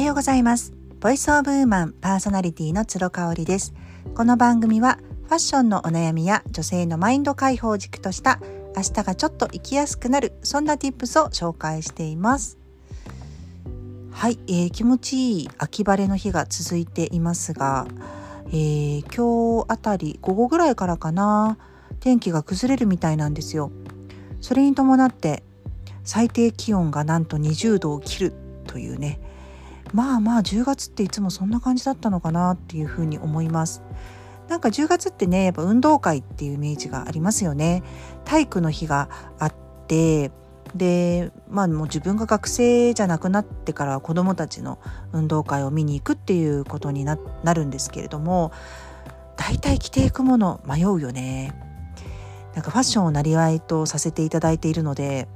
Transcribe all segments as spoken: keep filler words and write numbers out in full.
ようございます。ボイスオブウーマンパーソナリティのつろかおりです。この番組はファッションのお悩みや女性のマインド解放を軸とした明日がちょっと生きやすくなる、そんな Tips を紹介しています。はい、えー、気持ちいい秋晴れの日が続いていますが、えー、今日あたり午後ぐらいからかな、天気が崩れるみたいなんですよ。それに伴って最低気温がなんとにじゅうどを切るというね、まあまあじゅうがつっていつもそんな感じだったのかなっていうふうに思います。なんかじゅうがつってね、やっぱ運動会っていうイメージがありますよね。体育の日があって、でまあもう自分が学生じゃなくなってから子どもたちの運動会を見に行くっていうことに な, なるんですけれども、だいたい着ていくもの迷うよね。なんかファッションをなりわいとさせていただいているので、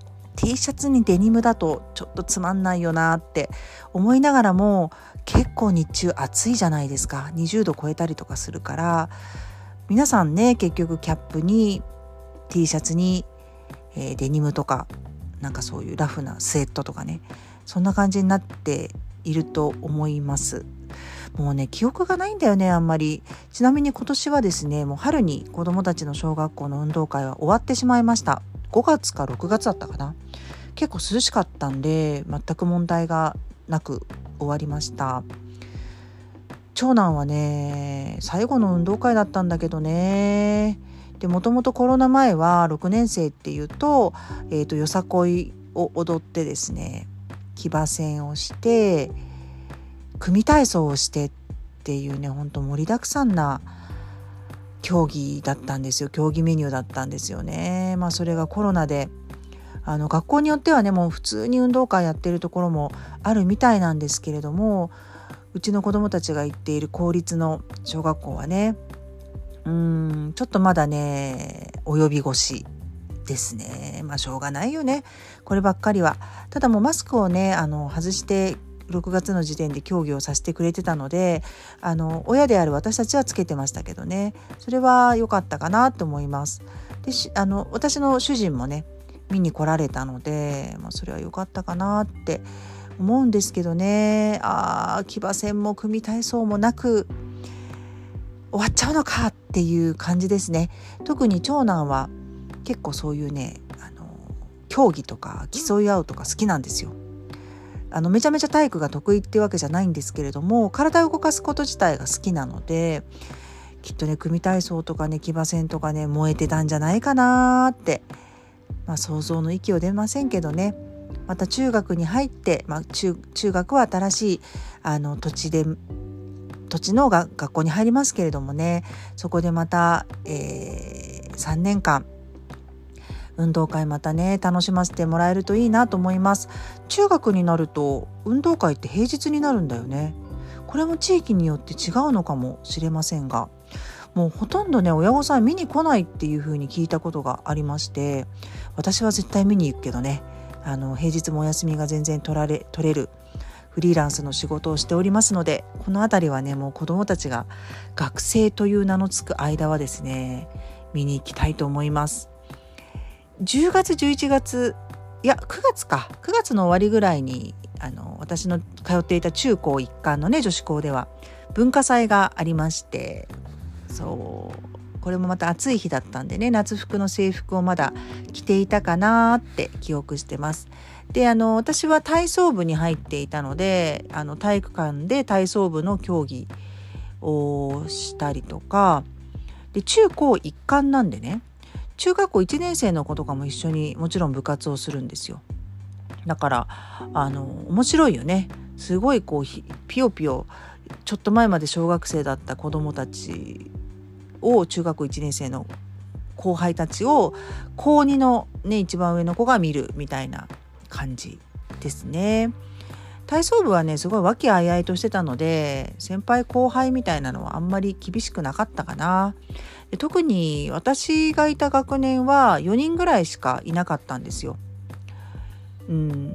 T シャツにデニムだとちょっとつまんないよなって思いながらも、結構日中暑いじゃないですか。にじゅうど超えたりとかするから、皆さんね、結局キャップに T シャツに、えー、デニムとか、なんかそういうラフなスウェットとかね、そんな感じになっていると思います。もうね、記憶がないんだよね、あんまり。ちなみに今年はですね、もう春に子どもたちの小学校の運動会は終わってしまいました。ごがつかろくがつだったかな。結構涼しかったんで全く問題がなく終わりました。長男はね、最後の運動会だったんだけどね。で、もともとコロナ前はろくねん生っていうと、えーと、よさこいを踊ってですね、騎馬戦をして組体操をしてっていうね、ほんと盛りだくさんな競技だったんですよ。競技メニューだったんですよね。まあそれがコロナで、あの学校によってはね、もう普通に運動会やってるところもあるみたいなんですけれども、うちの子どもたちが行っている公立の小学校はね、うーんちょっとまだね及び腰ですね。まあしょうがないよね、こればっかりは。ただもうマスクをね、あの外してろくがつの時点で競技をさせてくれてたので、あの親である私たちはつけてましたけどね、それは良かったかなと思います。であの私の主人もね見に来られたので、まあ、それは良かったかなって思うんですけどね。あー、騎馬戦も組体操もなく終わっちゃうのかっていう感じですね。特に長男は結構そういうね、あの競技とか競い合うとか好きなんですよ。あのめちゃめちゃ体育が得意ってわけじゃないんですけれども、体を動かすこと自体が好きなので、きっとね組体操とかね騎馬戦とかね燃えてたんじゃないかなって、まあ、想像の域を出ませんけどね。また中学に入って、まあ、中, 中学は新しいあの土地で土地のが学校に入りますけれどもね、そこでまた、えー、さんねんかん運動会またね楽しませてもらえるといいなと思います。中学になると運動会って平日になるんだよね。これも地域によって違うのかもしれませんが、もうほとんどね親御さん見に来ないっていう風に聞いたことがありまして、私は絶対見に行くけどね、あの平日もお休みが全然取られ取れるフリーランスの仕事をしておりますので、このあたりはねもう子どもたちが学生という名のつく間はですね見に行きたいと思います。じゅうがつじゅういちがつ、いやくがつかくがつの終わりぐらいに、あの私の通っていた中高一貫のね女子校では文化祭がありまして、そうこれもまた暑い日だったんでね、夏服の制服をまだ着ていたかなって記憶してます。で、あの私は体操部に入っていたので、あの体育館で体操部の競技をしたりとかで、中高一貫なんでね、中学校いちねん生の子とかも一緒にもちろん部活をするんですよ。だからあの面白いよね。すごいこうピヨピヨ、ちょっと前まで小学生だった子どもたちを、中学校いちねん生の後輩たちを高にのね一番上の子が見るみたいな感じですね。体操部はねすごい和気あいあいとしてたので、先輩後輩みたいなのはあんまり厳しくなかったかな。で、特に私がいた学年はよにんぐらいしかいなかったんですよ。うん、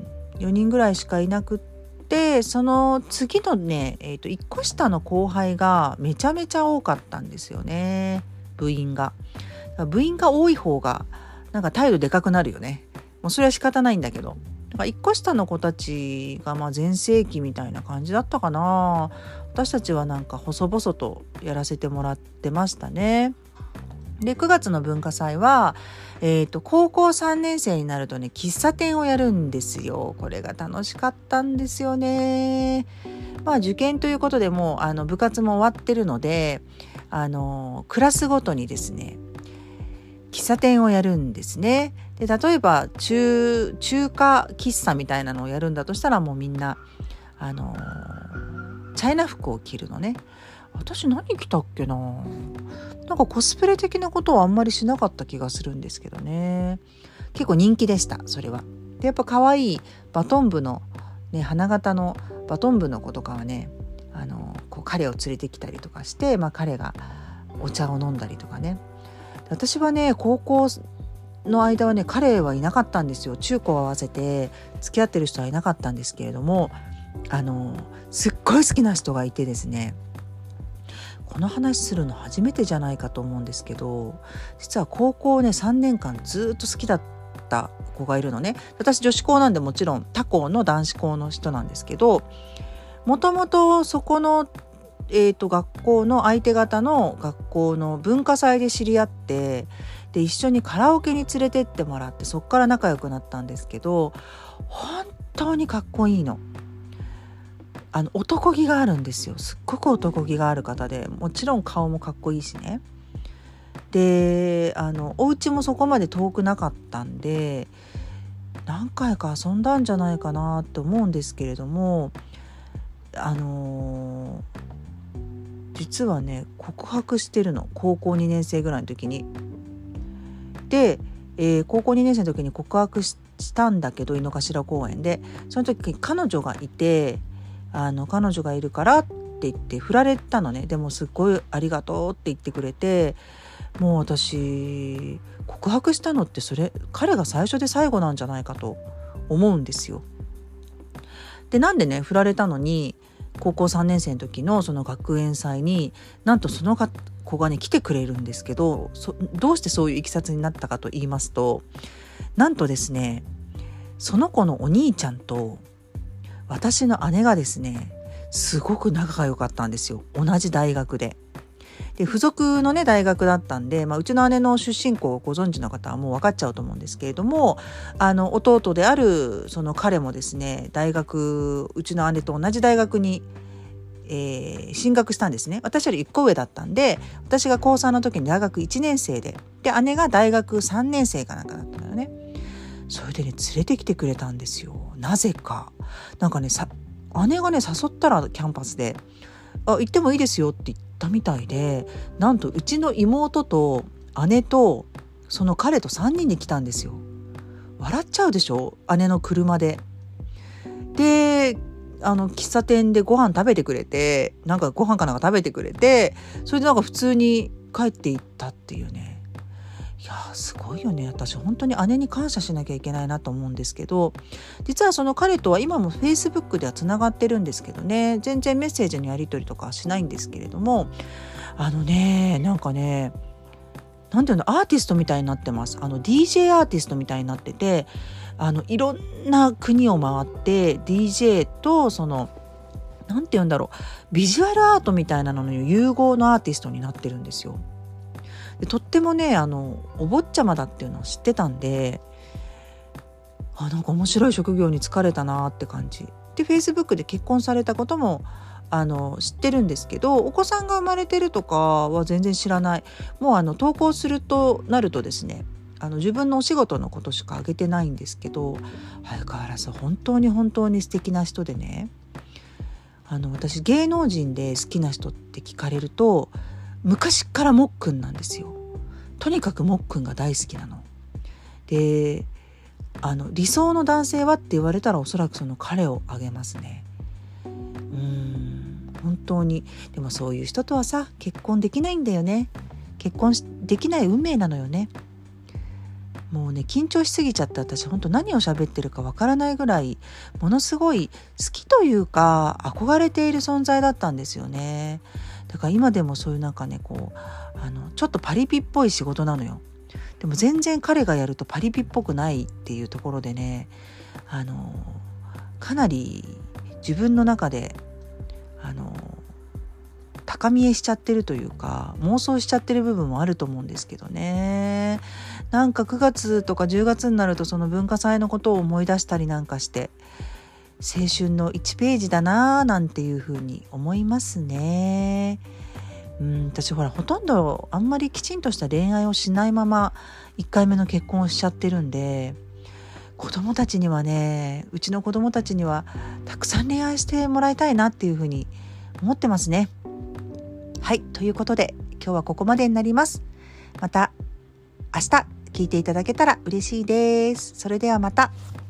よにんぐらいしかいなくって、その次のね、えーと、いっこ下の後輩がめちゃめちゃ多かったんですよね、部員が。部員が多い方がなんか態度でかくなるよね。もうそれは仕方ないんだけど、 だからいっこ下の子たちがまあ全盛期みたいな感じだったかな。私たちはなんか細々とやらせてもらってましたね。でくがつの文化祭は、えーと、高校さんねん生になるとね喫茶店をやるんですよ。これが楽しかったんですよね。まあ受験ということでもうあの部活も終わってるので、あのクラスごとにですね喫茶店をやるんですね。で例えば 中, 中華喫茶みたいなのをやるんだとしたらもうみんなあのチャイナ服を着るのね。私何着たっけな。なんかコスプレ的なことはあんまりしなかった気がするんですけどね。結構人気でしたそれは。でやっぱ可愛いバトン部の、ね、花形のバトン部の子とかはね、あのこう彼を連れてきたりとかして、まあ、彼がお茶を飲んだりとかね。私はね高校の間はね彼はいなかったんですよ。中高合わせて付き合ってる人はいなかったんですけれども、あのすっごい好きな人がいてですね、この話するの初めてじゃないかと思うんですけど、実は高校ねさんねんかんずっと好きだった子がいるのね。私女子校なんでもちろん他校の男子校の人なんですけど、もともとそこの、えーと、学校の相手方の学校の文化祭で知り合って、で一緒にカラオケに連れてってもらって、そっから仲良くなったんですけど、本当にかっこいいの。あの男気があるんですよ。すっごく男気がある方で、もちろん顔もかっこいいしね。であのお家もそこまで遠くなかったんで何回か遊んだんじゃないかなって思うんですけれども、あのー、実はね告白してるの、高校にねん生ぐらいの時に。で、えー、高校にねん生の時に告白したんだけど、井の頭公園でその時に彼女がいて、あの彼女がいるからって言って振られたのね。でもすっごいありがとうって言ってくれて、もう私告白したのってそれ彼が最初で最後なんじゃないかと思うんですよ。でなんでね振られたのに高校さんねん生の時のその学園祭になんとその子がね来てくれるんですけど、そどうしてそういういきさつになったかと言いますと、なんとですねその子のお兄ちゃんと私の姉がですねすごく仲が良かったんですよ。同じ大学で。で付属のね大学だったんで、まあ、うちの姉の出身校をご存知の方はもう分かっちゃうと思うんですけれども、あの弟であるその彼もですね大学、うちの姉と同じ大学に、えー、進学したんですね。私よりいっこ上だったんで、私がこうさんの時に大学いちねん生で、で姉が大学さんねん生かなんかだったのよね。それでね連れてきてくれたんですよ。なぜかなんかねさ姉がね誘ったらキャンパスであ行ってもいいですよって言ったみたいで、なんとうちの妹と姉とその彼とさんにんで来たんですよ。笑っちゃうでしょ。姉の車で。であの喫茶店でご飯食べてくれて、なんかご飯かなんか食べてくれて、それでなんか普通に帰っていったっていうね。いやすごいよね。私本当に姉に感謝しなきゃいけないなと思うんですけど、実はその彼とは今も Facebook ではつながってるんですけどね、全然メッセージのやり取りとかはしないんですけれども、あのねなんかねなんていうのアーティストみたいになってます。あの ディージェー アーティストみたいになってて、あのいろんな国を回って ディージェー とそのなんていうんだろうビジュアルアートみたいなのの融合のアーティストになってるんですよ。でとってもねあのお坊ちゃまだっていうのを知ってたんで、あなんか面白い職業に就かれたなって感じで、 Facebook で結婚されたこともあの知ってるんですけど、お子さんが生まれてるとかは全然知らない。もうあの投稿するとなるとですねあの自分のお仕事のことしかあげてないんですけど、相変わらず本当に本当に素敵な人でね、あの私芸能人で好きな人って聞かれると昔からもっくんなんですよ。とにかくもっくんが大好きなので、あの理想の男性はって言われたらおそらくその彼をあげますね。うーん本当に。でもそういう人とはさ結婚できないんだよね。結婚できない運命なのよね。もうね緊張しすぎちゃって私本当何を喋ってるかわからないぐらいものすごい好きというか憧れている存在だったんですよね。だから今でもそういうなんかねこうあのちょっとパリピっぽい仕事なのよ。 でも全然彼がやるとパリピっぽくないっていうところでね、あのかなり自分の中であの高見えしちゃってるというか、妄想しちゃってる部分もあると思うんですけどね。なんかくがつとかじゅうがつになるとその文化祭のことを思い出したりなんかして、青春のいちページだなーなんていうふうに思いますね。うん、私ほらほとんどあんまりきちんとした恋愛をしないままいっかいめの結婚をしちゃってるんで、子供たちにはね、うちの子供たちにはたくさん恋愛してもらいたいなっていうふうに思ってますね。はい、ということで今日はここまでになります。また明日聞いていただけたら嬉しいです。それではまた。